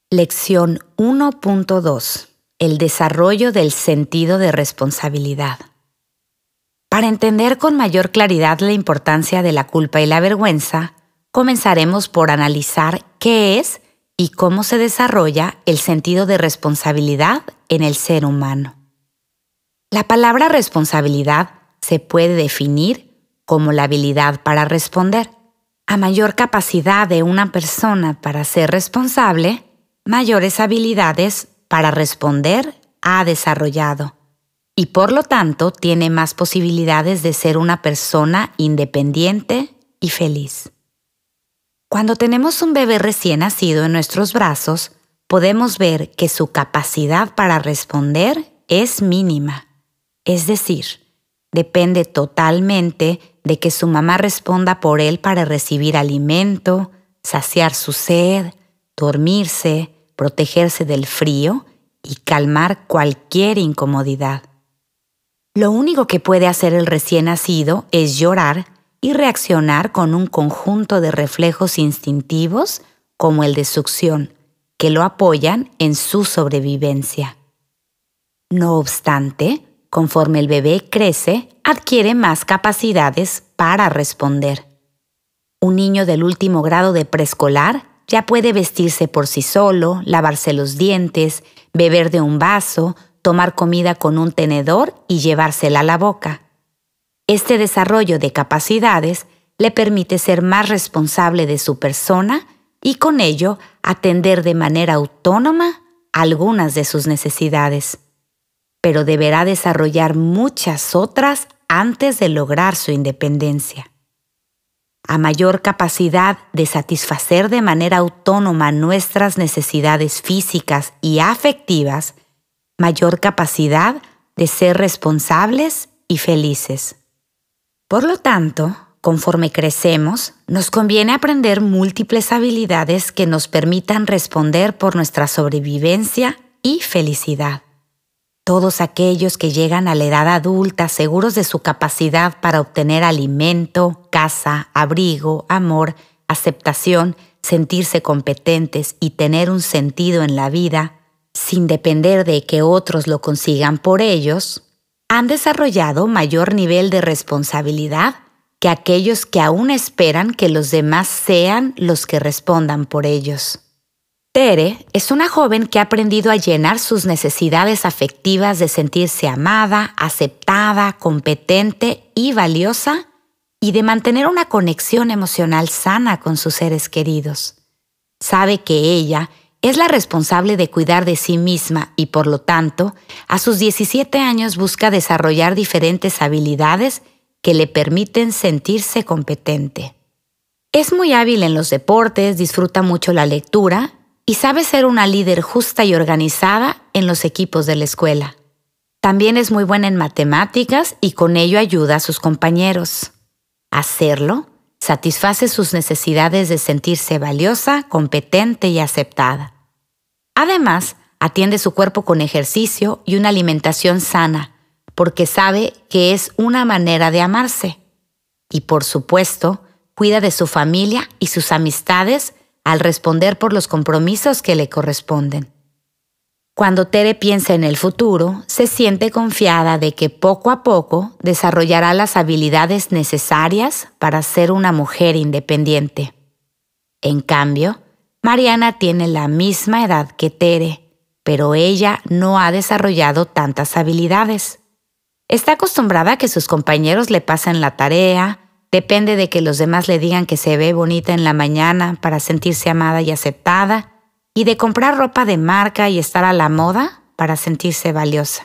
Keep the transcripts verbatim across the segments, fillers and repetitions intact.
Lección uno punto dos. El desarrollo del sentido de responsabilidad. Para entender con mayor claridad la importancia de la culpa y la vergüenza, comenzaremos por analizar qué es y cómo se desarrolla el sentido de responsabilidad en el ser humano. La palabra responsabilidad se puede definir como la habilidad para responder. A mayor capacidad de una persona para ser responsable, mayores habilidades para responder ha desarrollado y por lo tanto tiene más posibilidades de ser una persona independiente y feliz. Cuando tenemos un bebé recién nacido en nuestros brazos, podemos ver que su capacidad para responder es mínima, es decir, depende totalmente de que su mamá responda por él para recibir alimento, saciar su sed, dormirse, protegerse del frío y calmar cualquier incomodidad. Lo único que puede hacer el recién nacido es llorar y reaccionar con un conjunto de reflejos instintivos como el de succión, que lo apoyan en su sobrevivencia. No obstante, conforme el bebé crece, adquiere más capacidades para responder. Un niño del último grado de preescolar ya puede vestirse por sí solo, lavarse los dientes, beber de un vaso, tomar comida con un tenedor y llevársela a la boca. Este desarrollo de capacidades le permite ser más responsable de su persona y con ello atender de manera autónoma algunas de sus necesidades. Pero deberá desarrollar muchas otras antes de lograr su independencia. A mayor capacidad de satisfacer de manera autónoma nuestras necesidades físicas y afectivas, mayor capacidad de ser responsables y felices. Por lo tanto, conforme crecemos, nos conviene aprender múltiples habilidades que nos permitan responder por nuestra sobrevivencia y felicidad. Todos aquellos que llegan a la edad adulta seguros de su capacidad para obtener alimento, casa, abrigo, amor, aceptación, sentirse competentes y tener un sentido en la vida, sin depender de que otros lo consigan por ellos, han desarrollado mayor nivel de responsabilidad que aquellos que aún esperan que los demás sean los que respondan por ellos. Tere es una joven que ha aprendido a llenar sus necesidades afectivas de sentirse amada, aceptada, competente y valiosa y de mantener una conexión emocional sana con sus seres queridos. Sabe que ella es la responsable de cuidar de sí misma y, por lo tanto, a sus diecisiete años busca desarrollar diferentes habilidades que le permiten sentirse competente. Es muy hábil en los deportes, disfruta mucho la lectura y sabe ser una líder justa y organizada en los equipos de la escuela. También es muy buena en matemáticas y con ello ayuda a sus compañeros. Hacerlo satisface sus necesidades de sentirse valiosa, competente y aceptada. Además, atiende su cuerpo con ejercicio y una alimentación sana, porque sabe que es una manera de amarse. Y por supuesto, cuida de su familia y sus amistades al responder por los compromisos que le corresponden. Cuando Tere piensa en el futuro, se siente confiada de que poco a poco desarrollará las habilidades necesarias para ser una mujer independiente. En cambio, Mariana tiene la misma edad que Tere, pero ella no ha desarrollado tantas habilidades. Está acostumbrada a que sus compañeros le pasen la tarea, depende de que los demás le digan que se ve bonita en la mañana para sentirse amada y aceptada, y de comprar ropa de marca y estar a la moda para sentirse valiosa.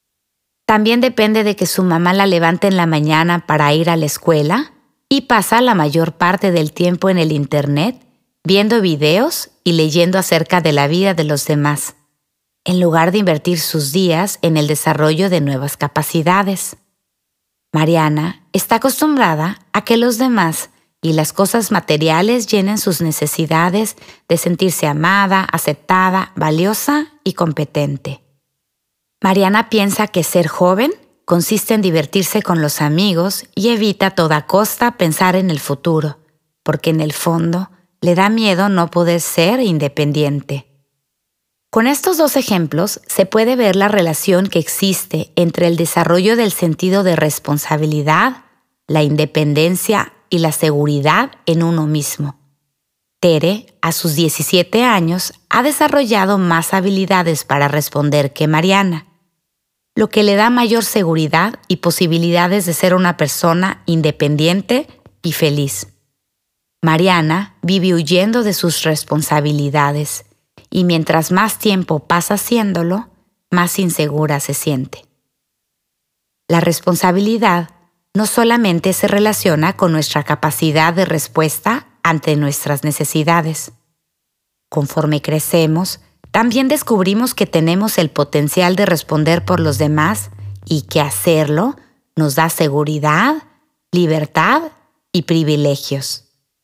También depende de que su mamá la levante en la mañana para ir a la escuela y pasa la mayor parte del tiempo en el internet viendo videos y leyendo acerca de la vida de los demás, en lugar de invertir sus días en el desarrollo de nuevas capacidades. Mariana está acostumbrada a que los demás y las cosas materiales llenen sus necesidades de sentirse amada, aceptada, valiosa y competente. Mariana piensa que ser joven consiste en divertirse con los amigos y evita a toda costa pensar en el futuro, porque en el fondo le da miedo no poder ser independiente. Con estos dos ejemplos se puede ver la relación que existe entre el desarrollo del sentido de responsabilidad, la independencia y la seguridad en uno mismo. Tere, a sus diecisiete años, ha desarrollado más habilidades para responder que Mariana, lo que le da mayor seguridad y posibilidades de ser una persona independiente y feliz. Mariana vive huyendo de sus responsabilidades y mientras más tiempo pasa haciéndolo, más insegura se siente. La responsabilidad no solamente se relaciona con nuestra capacidad de respuesta ante nuestras necesidades. Conforme crecemos, también descubrimos que tenemos el potencial de responder por los demás y que hacerlo nos da seguridad, libertad y privilegios.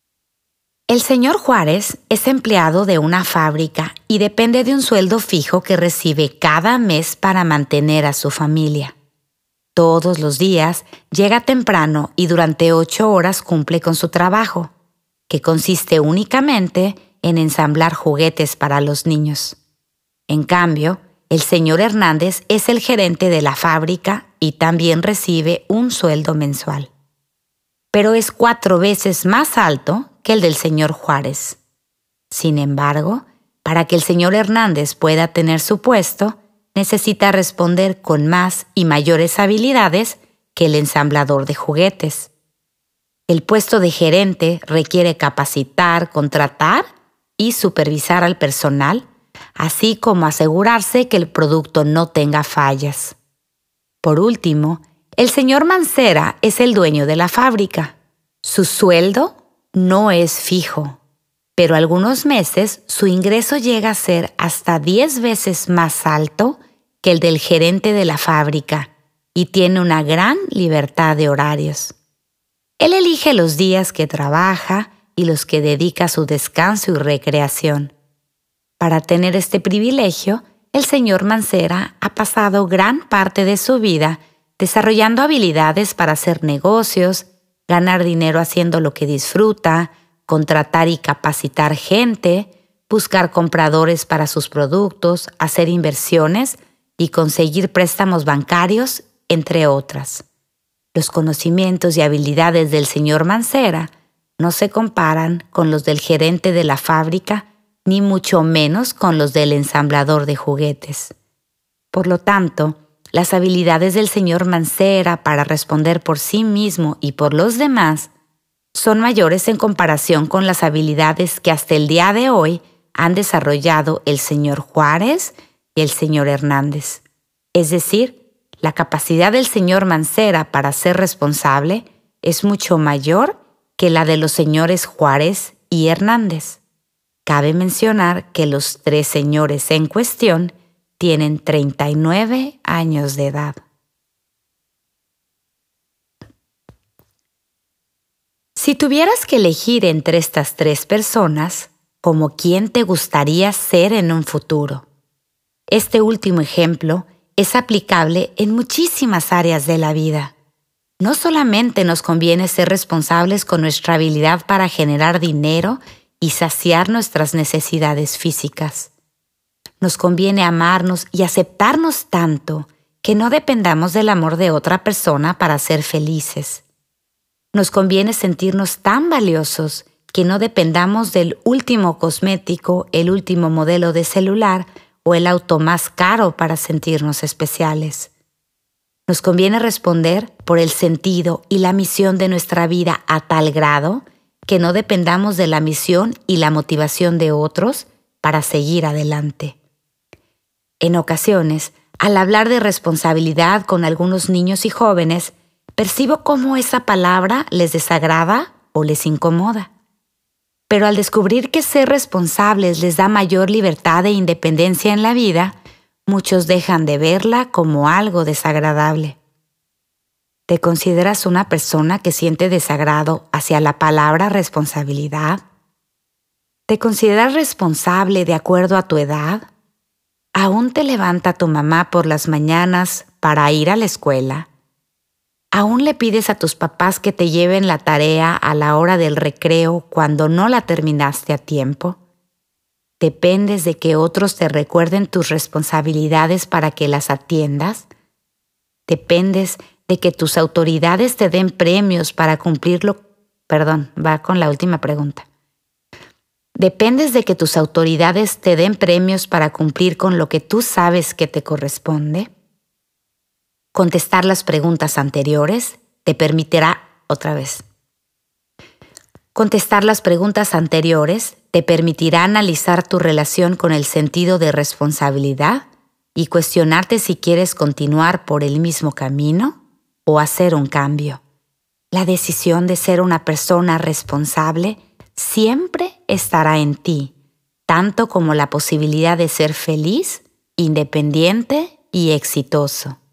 El señor Juárez es empleado de una fábrica y depende de un sueldo fijo que recibe cada mes para mantener a su familia. Todos los días llega temprano y durante ocho horas cumple con su trabajo, que consiste únicamente en ensamblar juguetes para los niños. En cambio, el señor Hernández es el gerente de la fábrica y también recibe un sueldo mensual. Pero es cuatro veces más alto que el del señor Juárez. Sin embargo, para que el señor Hernández pueda tener su puesto, necesita responder con más y mayores habilidades que el ensamblador de juguetes. El puesto de gerente requiere capacitar, contratar y supervisar al personal, así como asegurarse que el producto no tenga fallas. Por último, el señor Mancera es el dueño de la fábrica. Su sueldo no es fijo, pero algunos meses su ingreso llega a ser hasta diez veces más alto que el del gerente de la fábrica y tiene una gran libertad de horarios. Él elige los días que trabaja y los que dedica a su descanso y recreación. Para tener este privilegio, el señor Mancera ha pasado gran parte de su vida desarrollando habilidades para hacer negocios, ganar dinero haciendo lo que disfruta, contratar y capacitar gente, buscar compradores para sus productos, hacer inversiones y conseguir préstamos bancarios, entre otras. Los conocimientos y habilidades del señor Mancera no se comparan con los del gerente de la fábrica, ni mucho menos con los del ensamblador de juguetes. Por lo tanto, las habilidades del señor Mancera para responder por sí mismo y por los demás son mayores en comparación con las habilidades que hasta el día de hoy han desarrollado el señor Juárez y el señor Hernández. Es decir, la capacidad del señor Mancera para ser responsable es mucho mayor que la de los señores Juárez y Hernández. Cabe mencionar que los tres señores en cuestión tienen treinta y nueve años de edad. Si tuvieras que elegir entre estas tres personas, ¿como quién te gustaría ser en un futuro? Este último ejemplo es aplicable en muchísimas áreas de la vida. No solamente nos conviene ser responsables con nuestra habilidad para generar dinero y saciar nuestras necesidades físicas. Nos conviene amarnos y aceptarnos tanto que no dependamos del amor de otra persona para ser felices. Nos conviene sentirnos tan valiosos que no dependamos del último cosmético, el último modelo de celular o el auto más caro para sentirnos especiales. Nos conviene responder por el sentido y la misión de nuestra vida a tal grado que no dependamos de la misión y la motivación de otros para seguir adelante. En ocasiones, al hablar de responsabilidad con algunos niños y jóvenes, percibo cómo esa palabra les desagrada o les incomoda. Pero al descubrir que ser responsables les da mayor libertad e independencia en la vida, muchos dejan de verla como algo desagradable. ¿Te consideras una persona que siente desagrado hacia la palabra responsabilidad? ¿Te consideras responsable de acuerdo a tu edad? ¿Aún te levanta tu mamá por las mañanas para ir a la escuela? ¿Aún le pides a tus papás que te lleven la tarea a la hora del recreo cuando no la terminaste a tiempo? ¿Dependes de que otros te recuerden tus responsabilidades para que las atiendas? ¿Dependes de que tus autoridades te den premios para cumplirlo? Perdón, va con la última pregunta. ¿Dependes de que tus autoridades te den premios para cumplir con lo que tú sabes que te corresponde? Contestar las preguntas anteriores te permitirá, otra vez, contestar las preguntas anteriores te permitirá analizar tu relación con el sentido de responsabilidad y cuestionarte si quieres continuar por el mismo camino o hacer un cambio. La decisión de ser una persona responsable siempre estará en ti, tanto como la posibilidad de ser feliz, independiente y exitoso.